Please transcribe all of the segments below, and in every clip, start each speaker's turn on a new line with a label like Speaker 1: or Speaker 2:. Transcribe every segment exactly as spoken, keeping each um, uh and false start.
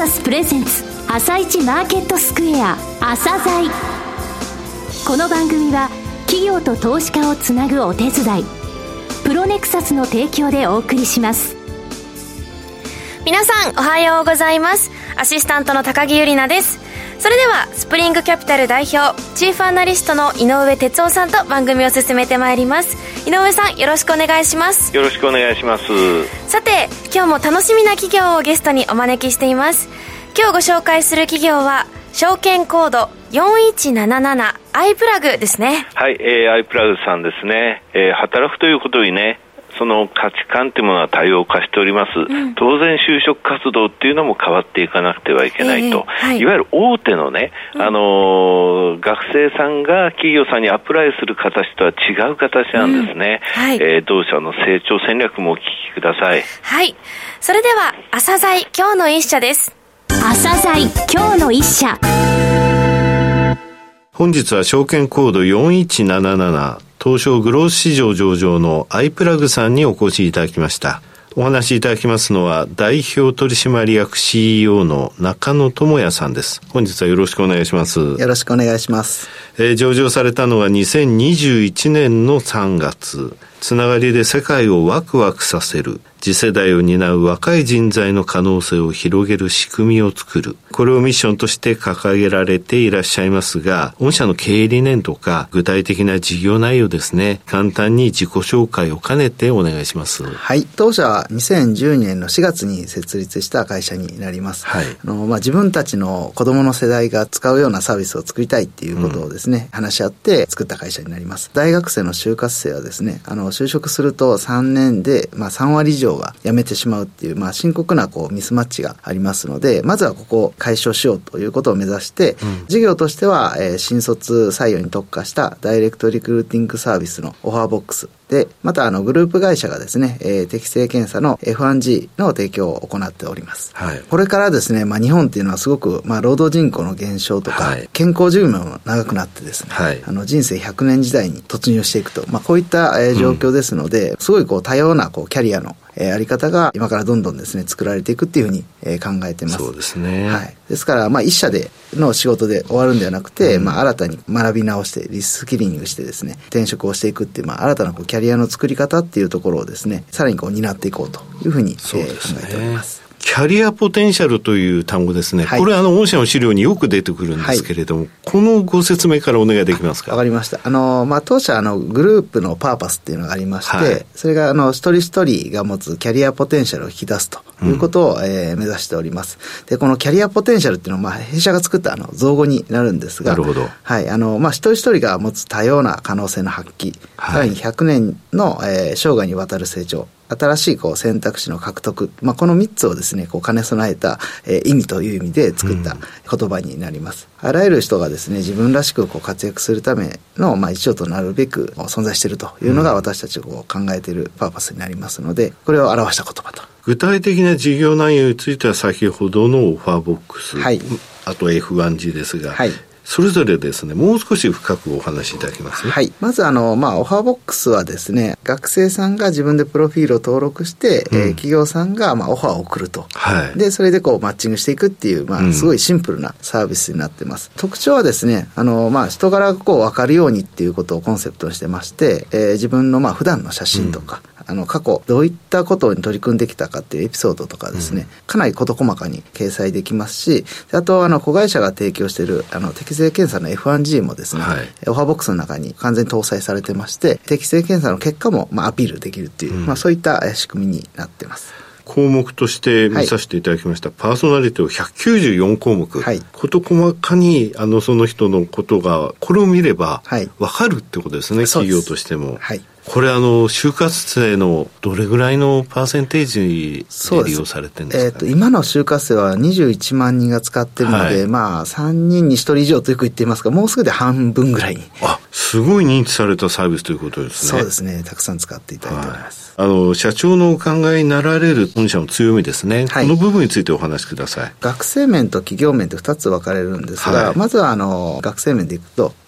Speaker 1: サスプレゼンツ朝一マーケットスクエア朝鮮。この番組は企業と投資家をつなぐお手伝い、プロネクサスの提供でお送りします。
Speaker 2: 皆さんおはようございます。アシスタントの高木由里奈です。それではスプリングキャピタル代表チーフアナリストの井上哲夫さんと番組を進めてまいります。井上さん、よろしくお願いします。
Speaker 3: よろしくお願いします。
Speaker 2: さて、今日も楽しみな企業をゲストにお招きしています。今日ご紹介する企業は証券コードよんいちななななアイプラグですね。
Speaker 3: はい、えー、アイプラグさんですね、えー、働くということにね、その価値観というものは多様化しております、うん、当然就職活動っていうのも変わっていかなくてはいけないと、えーはい、いわゆる大手のね、あのー、学生さんが企業さんにアプライする形とは違う形なんですね、うんはいえー、同社の成長戦略もお聞きください。
Speaker 2: はい、それでは朝鮮今日の一社です。
Speaker 1: 朝鮮今日の一社。
Speaker 4: 本日は証券コードよんいちなななな東証グロース市場上場のアイプラグさんにお越しいただきました。お話しいただきますのは代表取締役 シーイーオー の中野智也さんです。本日はよろしくお願いします。
Speaker 5: よろしくお願いします。
Speaker 4: えー、上場されたのがにせんにじゅういちねんのさんがつ。つながりで世界をワクワクさせる、次世代を担う若い人材の可能性を広げる仕組みを作る、これをミッションとして掲げられていらっしゃいますが、御社の経営理念とか具体的な事業内容ですね、簡単に自己紹介を兼ねてお願いします。
Speaker 5: はい、当社はにせんじゅうにねんのしがつに設立した会社になります。はい、あのまあ、自分たちの子供の世代が使うようなサービスを作りたいっていうことをですね、うん、話し合って作った会社になります。大学生の就活生はですね、あの就職するとさんねんで、まあ、さんわり以上が辞めてしまうっていう、まあ、深刻なこうミスマッチがありますので、まずはここを解消しようということを目指して、うん、事業としては、えー、新卒採用に特化したダイレクトリクルーティングサービスのオファーボックスで、またあのグループ会社がですね、えー、適正検査の エフワンジー の提供を行っております。はい、これからですね、まあ、日本っていうのはすごく、まあ、労働人口の減少とか、はい、健康寿命も長くなってですね、はい、あの人生ひゃくねん時代に突入していくと、まあ、こういった、えー、状況ですので、うん、すごいこう多様なこうキャリアのえー、あり方が今からどんどんですね作られていくっていうふうに、えー、考えてます。
Speaker 4: そうですね。
Speaker 5: はい。ですからまあ一社での仕事で終わるんではなくて、うん、まあ新たに学び直してリスキリングしてですね転職をしていくっていう、まあ新たなこうキャリアの作り方っていうところをですねさらにこう担っていこうというふうに、
Speaker 4: そうですね、
Speaker 5: えー、考えております。
Speaker 4: キャリアポテンシャルという単語ですね、はい、これあの御社の資料によく出てくるんですけれども、はい、このご説明からお願いできますか。
Speaker 5: わかりました。あの、まあ、当社あのグループのパーパスっていうのがありまして、はい、それがあの一人一人が持つキャリアポテンシャルを引き出すということを、うんえー、目指しております。でこのキャリアポテンシャルっていうのは、まあ、弊社が作ったあの造語になるんですが、
Speaker 4: なるほど。
Speaker 5: はい、あのまあ、一人一人が持つ多様な可能性の発揮、はい、さらにひゃくねんの、えー、生涯にわたる成長、新しいこう選択肢の獲得、まあ、このみっつをですねこう兼ね備えた、えー、意味という意味で作った言葉になります。うん、あらゆる人がですね自分らしくこう活躍するための、まあ、一助となるべく存在しているというのが私たちがこう考えているパーパスになりますので、これを表した言葉と。
Speaker 4: 具体的な事業内容については先ほどのオファーボックス、はい、あと エフワンジー ですが、はい、それぞれですねもう少し深くお話しいただきますね。
Speaker 5: はい、まずあの、まあ、オファーボックスはですね学生さんが自分でプロフィールを登録して、うんえー、企業さんが、まあ、オファーを送ると、はい、でそれでこうマッチングしていくっていう、まあ、すごいシンプルなサービスになってます。うん、特徴はですねあの、まあ、人柄がこう分かるようにっていうことをコンセプトにしてまして、えー、自分のまあ普段の写真とか、うんあの過去どういったことに取り組んできたかっていうエピソードとかですね、うん、かなり事細かに掲載できますし、あとあの子会社が提供しているあの適正検査の エフワンジー もですね、はい、オファーボックスの中に完全に搭載されてまして、適正検査の結果もまあアピールできるっていう、うんまあ、そういった仕組みになってます。
Speaker 4: 項目として見させていただきました、はい、パーソナリティをひゃくきゅうじゅうよんこうもく、はい、事細かにあのその人のことがこれを見れば分かるってことですね、はい、企業としても。はいこれあの就活生のどれぐらいのパーセンテージで利用されてるんですか、ね。
Speaker 5: えー、と今の就活生はにじゅういちまんにんが使ってるので、はい、まあさんにんにひとり以上とよく言っていますが、もうすぐで半分ぐらいに。
Speaker 4: あ、すごい認知されたサービスということですね。
Speaker 5: そうですね、たくさん使っていただいております。
Speaker 4: はい、あの社長のお考えになられる本社の強みですね、はい、この部分についてお話しください。
Speaker 5: 学生面と企業面とふたつ分かれるんですが、はい、まずはあの学生面でいくと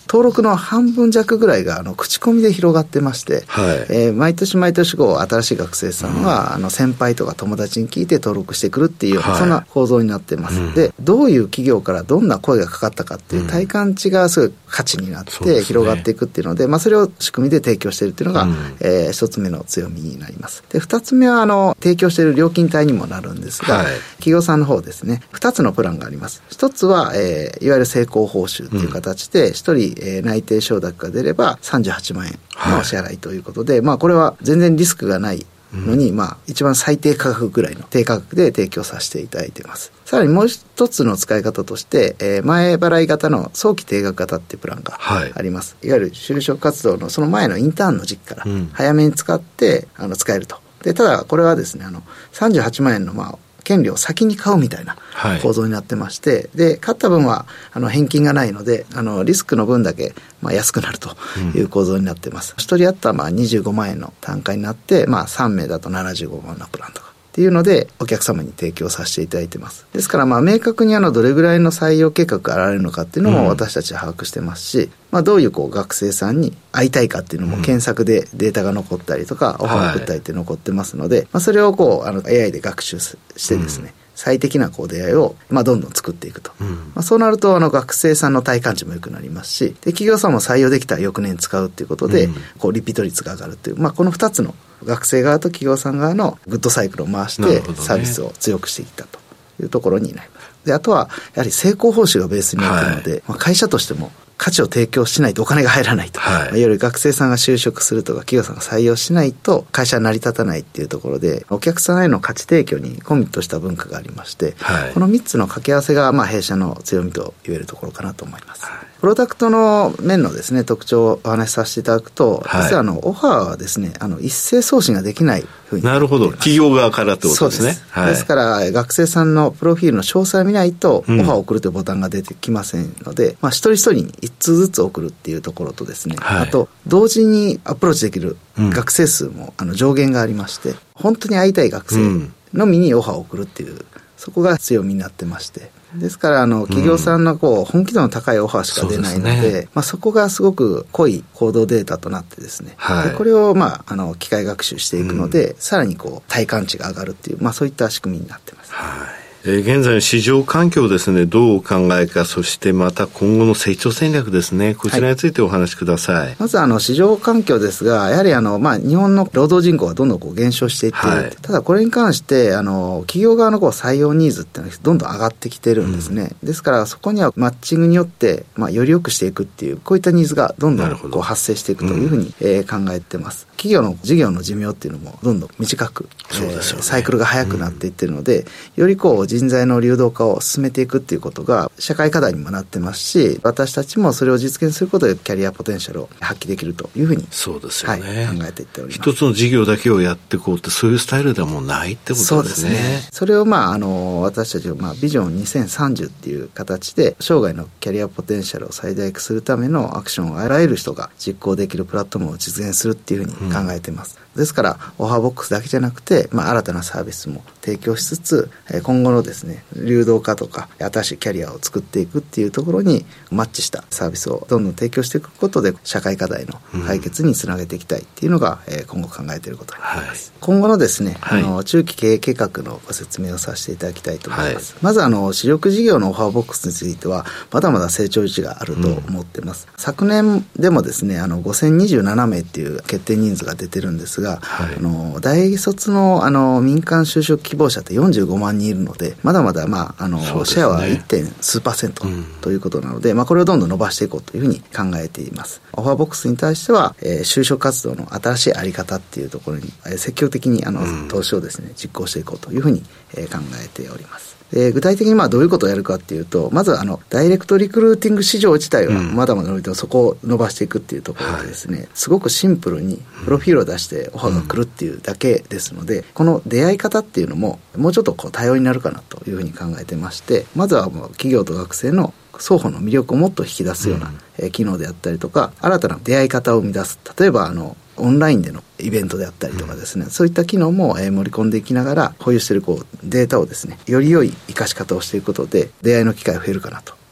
Speaker 5: 登録の半分弱ぐらいがあの口コミで広がってまして、はい、えー、毎年毎年こう新しい学生さんは、うん、あの先輩とか友達に聞いて登録してくるっていう、はい、そんな構造になってます、うん、でどういう企業からどんな声がかかったかっていう体感値がすごい価値になって広がっていくっていうので、まあ、それを仕組みで提供しているっていうのが、うん、えー、一つ目の強みになります。で二つ目はあの提供している料金帯にもなるんですが、はい、企業さんの方ですね、二つのプランがあります。一つは、えー、いわゆる成功報酬という形で一、うん、人、えー、内定承諾が出ればさんじゅうはちまんえんのお支払いということで、はい、まあこれは全然リスクがないのに、うん、まあ一番最低価格ぐらいの低価格で提供させていただいています。さらにもう一つの使い方として、えー、前払い型の早期定額型っていうプランがあります、はい、いわゆる就職活動のその前のインターンの時期から早めに使って、うん、あの使えると。でただこれはですね、あのさんじゅうはちまんえんのまあ権利を先に買うみたいな構造になってまして、はい、で買った分はあの返金がないので、あのリスクの分だけまあ安くなるという構造になってます。うん、ひとり当たまあにじゅうごまんえんの単価になって、まあ、さんめいだとななじゅうごまんのプランとかっていうのでお客様に提供させていただいてます。ですからまあ明確にあのどれぐらいの採用計画が現れるのかっていうのも私たちは把握してますし、うん、まあ、どういうこう学生さんに会いたいかっていうのも検索でデータが残ったりとか、うん、オファーを送ったりって残ってますので、はい、まあ、それをこうあの エーアイ で学習してですね、うん、最適なこう出会いを、まあ、どんどん作っていくと、うん、まあ、そうなるとあの学生さんの体感値も良くなりますし、で企業さんも採用できたら翌年使うっていうことで、うん、こうリピート率が上がるっていう、まあ、このふたつの学生側と企業さん側のグッドサイクルを回して、ね、サービスを強くしていったというところになります。であとはやはり成功報酬がベースになっているので、はい、まあ、会社としても価値を提供しないとお金が入らないと、はい、いわゆる学生さんが就職するとか企業さんが採用しないと会社は成り立たないっていうところで、お客さんへの価値提供にコミットした文化がありまして、はい、このみっつの掛け合わせがまあ弊社の強みと言えるところかなと思います。はい、プロダクトの面のですね特徴をお話しさせていただくと、はい、実はあのオファーはですね、あの一斉送信ができないふうになっています。なるほど、
Speaker 4: 企業側からってことですね。
Speaker 5: そうです、はい、ですから学生さんのプロフィールの詳細を見ないと、うん、オファーを送るというボタンが出てきませんので、まあ、一人一人に一通ずつ送るっていうところとですね、はい、あと同時にアプローチできる学生数も、うん、あの上限がありまして、本当に会いたい学生のみにオファーを送るっていう、そこが強みになってまして、ですからあの企業さんのこう本気度の高いオファーしか出ないので、うん、そね、まあ、そこがすごく濃い行動データとなってですね、はい、でこれを、まあ、あの機械学習していくので、うん、さらにこう体感値が上がるっていう、まあ、そういった仕組みになってます。
Speaker 4: はい、えー、現在の市場環境ですね、どうお考えか、そしてまた今後の成長戦略ですね、こちらについてお話しください。はい、
Speaker 5: まずあの市場環境ですが、やはりあの、まあ、日本の労働人口がどんどんこう減少していっている、はい、ただこれに関してあの企業側のこう採用ニーズっていうのはどんどん上がってきているんですね。うん、ですからそこにはマッチングによって、まあ、より良くしていくっていうこういったニーズがどんどんこう発生していくというふうに、うん、えー、考えてます。企業の事業の寿命っていうのもどんどん短く、そうですよね、えー、サイクルが早くなっていっているので、うん、よりこう人材の流動化を進めていくっていうことが社会課題にもなってますし、私たちもそれを実現することでキャリアポテンシャルを発揮できるというふうに、
Speaker 4: そうですよね、
Speaker 5: はい、考えていっております。
Speaker 4: 一つの事業だけをやっていこうって、そういうスタイルではもうないってことですね。
Speaker 5: そうですね。それをまああの私たちはまあビジョンにせんさんじゅうっていう形で生涯のキャリアポテンシャルを最大化するためのアクションをあらゆる人が実行できるプラットフォームを実現するっていうふうに考えています。うん、ですからオファーボックスだけじゃなくて、まあ、新たなサービスも提供しつつ、今後のですね流動化とか新しいキャリアを作っていくっていうところにマッチしたサービスをどんどん提供していくことで社会課題の解決につなげていきたいっていうのが、うん、今後考えていることになります。はい、今後のですね、はい、あの中期経営計画のご説明をさせていただきたいと思います。はい、まずあの主力事業のオファーボックスについてはまだまだ成長余地があると思っています。うん、昨年でもですねあのごせんにじゅうななめいっていう決定人数が出てるんですが、はい、あの大卒 の, あの民間就職希望者ってよんじゅうごまんにんいるので、まだまだ、まあ、あの、ね、シェアは いってん 数パーセントということなので、うん、まあ、これをどんどん伸ばしていこうというふうに考えています。オファーボックスに対しては、えー、就職活動の新しいあり方っていうところに、えー、積極的にあの、うん、投資をですね実行していこうというふうに、えー、考えております。で具体的にまあどういうことをやるかっていうと、まずはあのダイレクトリクルーティング市場自体はまだまだ伸びても、そこを伸ばしていくっていうところでですね、はい、すごくシンプルにプロフィールを出してオファーが来るっていうだけですので、この出会い方っていうのももうちょっとこう多様になるかなというふうに考えてまして、まずはもう企業と学生の双方の魅力をもっと引き出すような、うん、機能であったりとか、新たな出会い方を生み出す、例えばあのオンラインでのイベントであったりとかですね、うん、そういった機能も、えー、盛り込んでいきながら保有しているこうデータをですねより良い生かし方をしていくことで出会いの機会が増えるかなと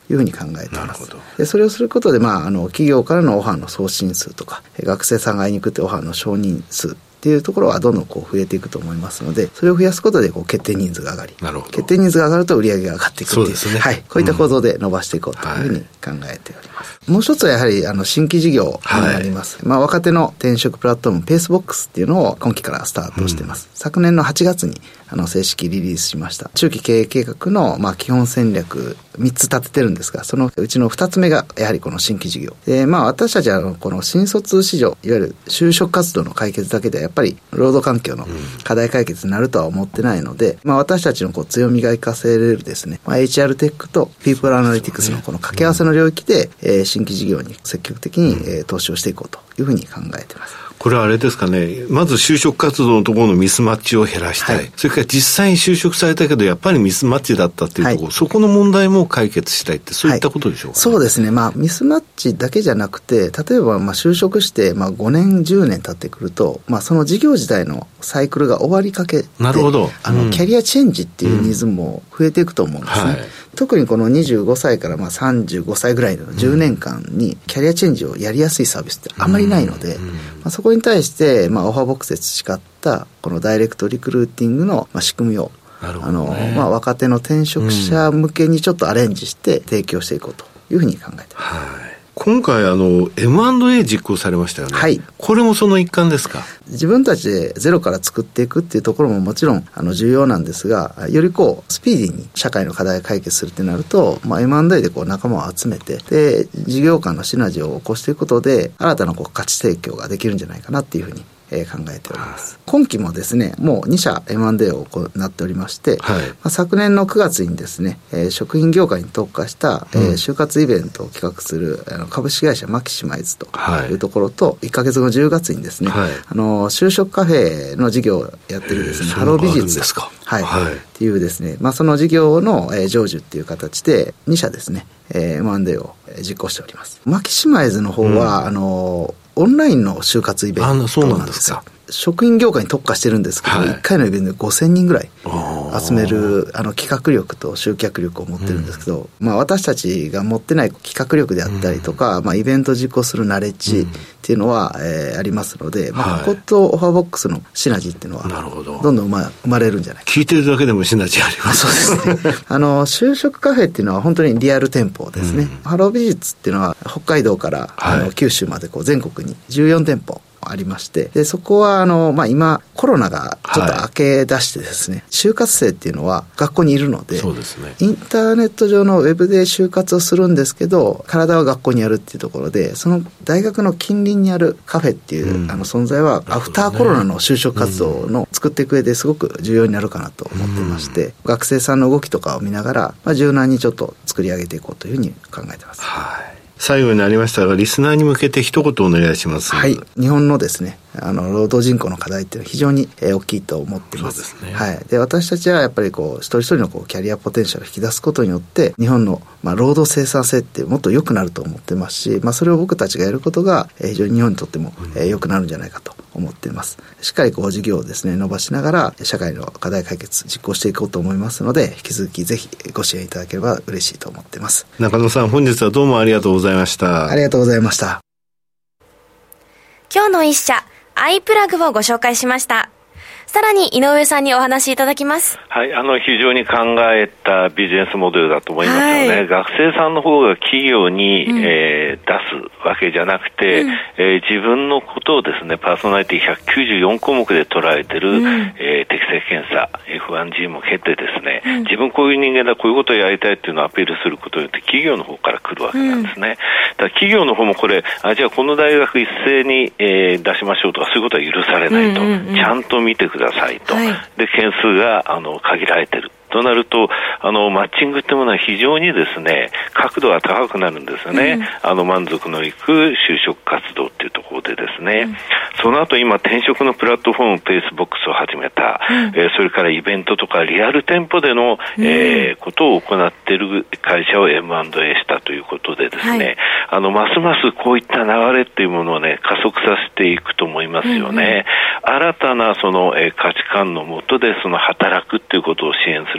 Speaker 5: いうふうに考えています。でそれをすることで、まあ、あの企業からのオファーの送信数とか学生さんが会いに行くってオファーの承認数っていうところはどんどんこう増えていくと思いますので、それを増やすことでこう決定人数が上がり、決定人数が上がると売り上げが上がっていくっていう、そうですね、はい、こういった構造で伸ばしていこうというふうに考えております。うん、はい、もう一つはやはりあの新規事業になります。はい、まあ、若手の転職プラットフォームペースボックスっていうのを今期からスタートしています。うん、昨年のはちがつにあの正式リリースしました。中期経営計画のまあ基本戦略みっつ立ててるんですが、そのうちのふたつめがやはりこの新規事業で、まあ、私たちはこの新卒市場、いわゆる就職活動の解決だけではやっぱり労働環境の課題解決になるとは思ってないので、まあ、私たちのこう強みが生かせれるですね、まあ、エイチアール テックとピープルアナリティクスのこの掛け合わせの領域で、えー、新規事業に積極的に、えー、投資をしていこうというふうに考えています。
Speaker 4: これはあれですかね、まず就職活動のところのミスマッチを減らしたい、はい、それから実際に就職されたけどやっぱりミスマッチだったっていうところ、はい、そこの問題も解決したいって、そういったことでしょうか、ね。
Speaker 5: はい、そうですね、まあ、ミスマッチだけじゃなくて、例えばまあ就職してまあごねんじゅうねん経ってくると、まあ、その事業自体のサイクルが終わりかけて、
Speaker 4: なるほど、
Speaker 5: あのキャリアチェンジっていうニーズも増えていくと思うんですね。うん、はい、特にこのにじゅうごさいからまあさんじゅうごさいぐらいのじゅうねんかんにキャリアチェンジをやりやすいサービスってあんまりないので、まあ、そこに対してまあオファーボックスで培ったこのダイレクトリクルーティングのまあ仕組みを、あのまあ若手の転職者向けにちょっとアレンジして提供していこうというふうに考えています。
Speaker 4: はい、今回あの エムアンドエー 実行されましたよね。はい、これもその一環ですか。
Speaker 5: 自分たちでゼロから作っていくっていうところももちろんあの重要なんですが、よりこうスピーディーに社会の課題を解決するってなると、まあ、エムアンドエー でこう仲間を集めて、で事業間のシナジーを起こしていくことで新たなこう価値提供ができるんじゃないかなっていうふうにえー、考えております。今期もですね、もうに社 エムアンドエー を行っておりまして、はい、まあ、昨年のくがつにですね、えー、食品業界に特化した、うん、えー、就活イベントを企画するあの株式会社マキシマイズというところと、はい、いっかげつごじゅうがつにですね、はい、あの就職カフェの事業をやってるですね、ハロー美術ですか、はい、はい、っていうですね、まあ、その事業の、えー、成就っていう形でに社ですね、えー、エムアンドエー を実行しております。マキシマイズの方は、うん、あのオンラインの就活イベントなんですが、そうなんですか。食品業界に特化してるんですけど、はい、いっかいのイベントでごせんにんぐらい集めるあの企画力と集客力を持ってるんですけど、うん、まあ、私たちが持ってない企画力であったりとか、うん、まあ、イベント実行するナレッジっていうのは、うん、えー、ありますので、まあ、こことオファーボックスのシナジーっていうのはどんどん生 ま, 生まれるんじゃないか。
Speaker 4: 聞いてるだけでもシナジーあります。
Speaker 5: そうですね。あの就職カフェっていうのは本当にリアル店舗ですね。うん、ハロー美術っていうのは北海道から、はい、あの九州までこう全国にじゅうよん店舗ありまして、でそこはあの、まあ、今コロナがちょっと明け出してですね、はい、就活生っていうのは学校にいるので、
Speaker 4: そうですね、
Speaker 5: インターネット上のウェブで就活をするんですけど、体は学校にあるっていうところで、その大学の近隣にあるカフェっていう、うん、あの存在はアフターコロナの就職活動の作っていく上ですごく重要になるかなと思ってまして、うん、学生さんの動きとかを見ながら、まあ、柔軟にちょっと作り上げていこうというふうに考えてます。
Speaker 4: はい、最後になりましたが、リスナーに向けて一言お願いします。
Speaker 5: はい、日本のですね、あの労働人口の課題っていうのは非常に、えー、大きいと思っています。そうですね。はい。で、私たちはやっぱりこう一人一人のこうキャリアポテンシャルを引き出すことによって日本のまあ労働生産性ってもっと良くなると思ってますし、まあそれを僕たちがやることが、えー、非常に日本にとっても、えー、良くなるんじゃないかと思っています。しっかりこう事業をですね伸ばしながら社会の課題解決実行していこうと思いますので、引き続きぜひご支援いただければ嬉しいと思っています。
Speaker 4: 中野さん、本日はどうもありがとうございました。
Speaker 5: ありがとうございました。
Speaker 2: 今日の一社アイプラグをご紹介しました。さらに井上さんにお話しいただきます。
Speaker 3: はい、あの非常に考えたビジネスモデルだと思いますよね。はい、学生さんの方が企業に、うん、えー、出すわけじゃなくて、うん、えー、自分のことをですね、パーソナリティひゃくきゅうじゅうよんこうもくで捉えてる、うん、えー、適正検査 エフワンジー も経てですね、うん、自分こういう人間だ、こういうことをやりたいっていうのをアピールすることによって企業の方から来るわけなんですね。うん、だから企業の方もこれ、あ、じゃあこの大学一斉に、えー、出しましょうとかそういうことは許されないと、うんうんうん、ちゃんと見てくださいと。はい、で件数があの限られているとなると、あのマッチングってものは非常にですね角度が高くなるんですよね。うん、あの満足のいく就職活動っていうところでですね、うん、その後今転職のプラットフォームペースボックスを始めた、うん、えー、それからイベントとかリアル店舗での、うん、えー、ことを行っている会社を エムアンドエー したということでですね、はい、あのますますこういった流れっていうものをね加速させていくと思いますよね。うんうん、新たなその、えー、価値観の下でその働くっていうことを支援する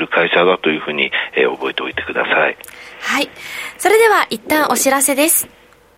Speaker 3: る会社だというふうに、えー、覚えておいてください。
Speaker 2: はい。それでは一旦お知らせです。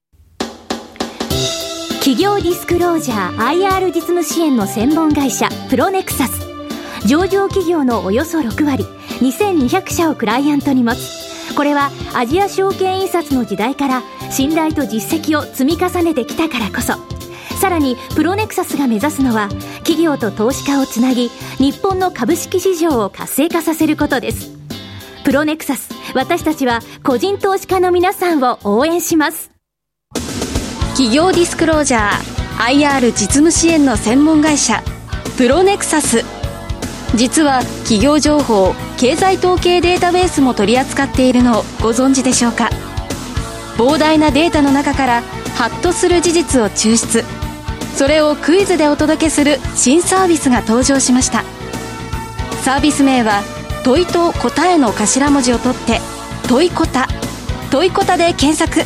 Speaker 1: 企業ディスクロージャー アイアール 実務支援の専門会社プロネクサス。上場企業のおよそろくわり、にせんにひゃくしゃをクライアントに持つ。これはアジア証券印刷の時代から信頼と実績を積み重ねてきたからこそ。さらにプロネクサスが目指すのは企業と投資家をつなぎ、日本の株式市場を活性化させることです。プロネクサス、私たちは個人投資家の皆さんを応援します。
Speaker 6: 企業ディスクロージャー アイアール 実務支援の専門会社プロネクサス。実は企業情報、経済統計データベースも取り扱っているのをご存知でしょうか。膨大なデータの中からハッとする事実を抽出、それをクイズでお届けする新サービスが登場しました。サービス名は問いと答えの頭文字を取って問いこた。問いこたで検索。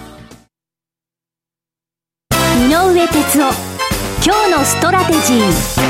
Speaker 1: 井上哲夫、今日のストラテジー。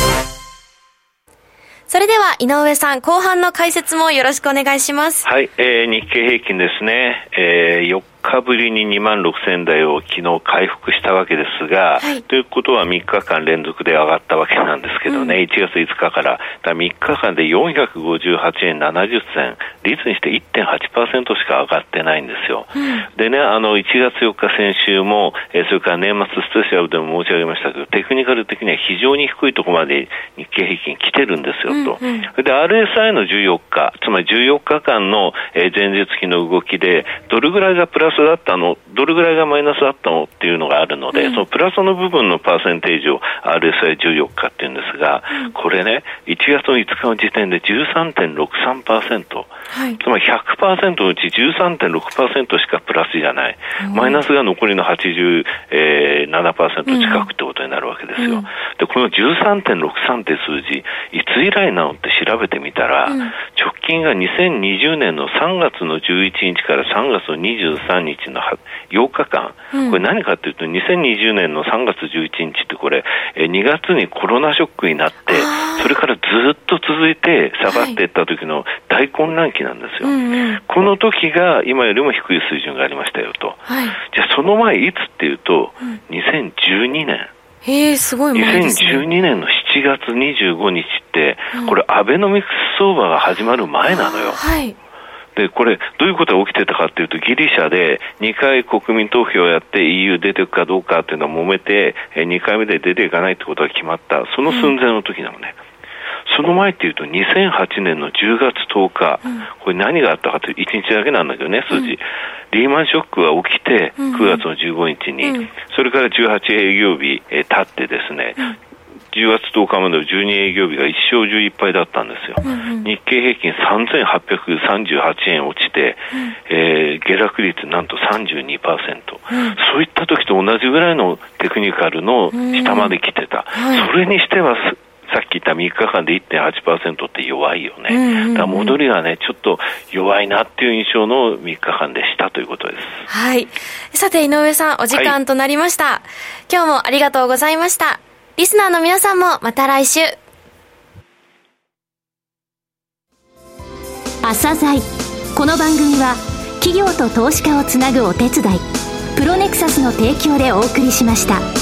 Speaker 2: それでは井上さん、後半の解説もよろしくお願いします。
Speaker 3: はい、えー、日経平均ですね、えー、よっかぶりににまんろくせん台を昨日回復したわけですが、はい、ということはみっかかん連続で上がったわけなんですけどね、うん、いちがついつかから、だみっかかんでよんひゃくごじゅうはちえんななじゅっせん、率にして いってんはちパーセント しか上がってないんですよ。うん、でね、あのいちがつよっか先週も、えー、それから年末スペシャルでも申し上げましたけど、テクニカル的には非常に低いところまで日経平均来てるんですよと。うんうん、それで アールエスアイ のじゅうよっか、つまりじゅうよっかかんの、えー、前日期の動きでどれぐらいがプラスだったの、どれぐらいがマイナスだったのっていうのがあるので、うん、そのプラスの部分のパーセンテージを アールエスアイじゅうよっかっていうんですが、うん、これね、いちがつのいつかの時点で じゅうさんてんろくさんパーセント、はい、つまり ひゃくパーセント のうち じゅうさんてんろくパーセント しかプラスじゃない、うん、マイナスが残りの はちじゅうななパーセント 近くってことになるわけですよ。うん、でこの じゅうさんてんろくさん って数字いつ以来なのって調べてみたら、うん、直近がにせんにじゅうねんのさんがつのじゅういちにちからさんがつのにじゅうさんにちのようかかん、うん、これ何かというとにせんにじゅうねんのさんがつじゅういちにちってこれにがつにコロナショックになってそれからずっと続いて下がっていった時の大混乱期なんですよ。はい、うんうん、この時が今よりも低い水準がありましたよと。はい、じゃあその前いつっていうと、うん、にせんじゅうにねん。
Speaker 2: へー、すごい前ですね。
Speaker 3: にせんじゅうにねんのしちがつにじゅうごにちって、うん、これアベノミクス相場が始まる前なのよ。はい。でこれどういうことが起きてたかというと、ギリシャでにかい国民投票をやって イーユー 出ていくかどうかっていうのは揉めて、にかいめで出ていかないってことが決まった、その寸前の時なのね。うん、その前っていうとにせんはちねんのじゅうがつとおか、うん、これ何があったかといういちにちだけなんだけどね、数字、うん、リーマンショックが起きてくがつのじゅうごにちに、うん、それからじゅうはちえいぎょうび、えー、経ってですね、うん、じゅうがつとおかまでのじゅうにえいぎょうびが一勝じゅういっぱいだったんですよ。うんうん、日経平均さんぜんはっぴゃくさんじゅうはちえん落ちて、うん、えー、下落率なんと さんじゅうにパーセント、うん、そういった時と同じぐらいのテクニカルの下まで来てた。うん、それにしてはさっき言ったみっかかんで いってんはちパーセント って弱いよね。うんうんうん、だから戻りがね、ちょっと弱いなっていう印象のみっかかんでしたということです。
Speaker 2: はい。さて井上さん、お時間となりました。はい、今日もありがとうございました。リスナーの皆さんもまた来週。
Speaker 1: 朝鮮。この番組は企業と投資家をつなぐお手伝い、プロネクサスの提供でお送りしました。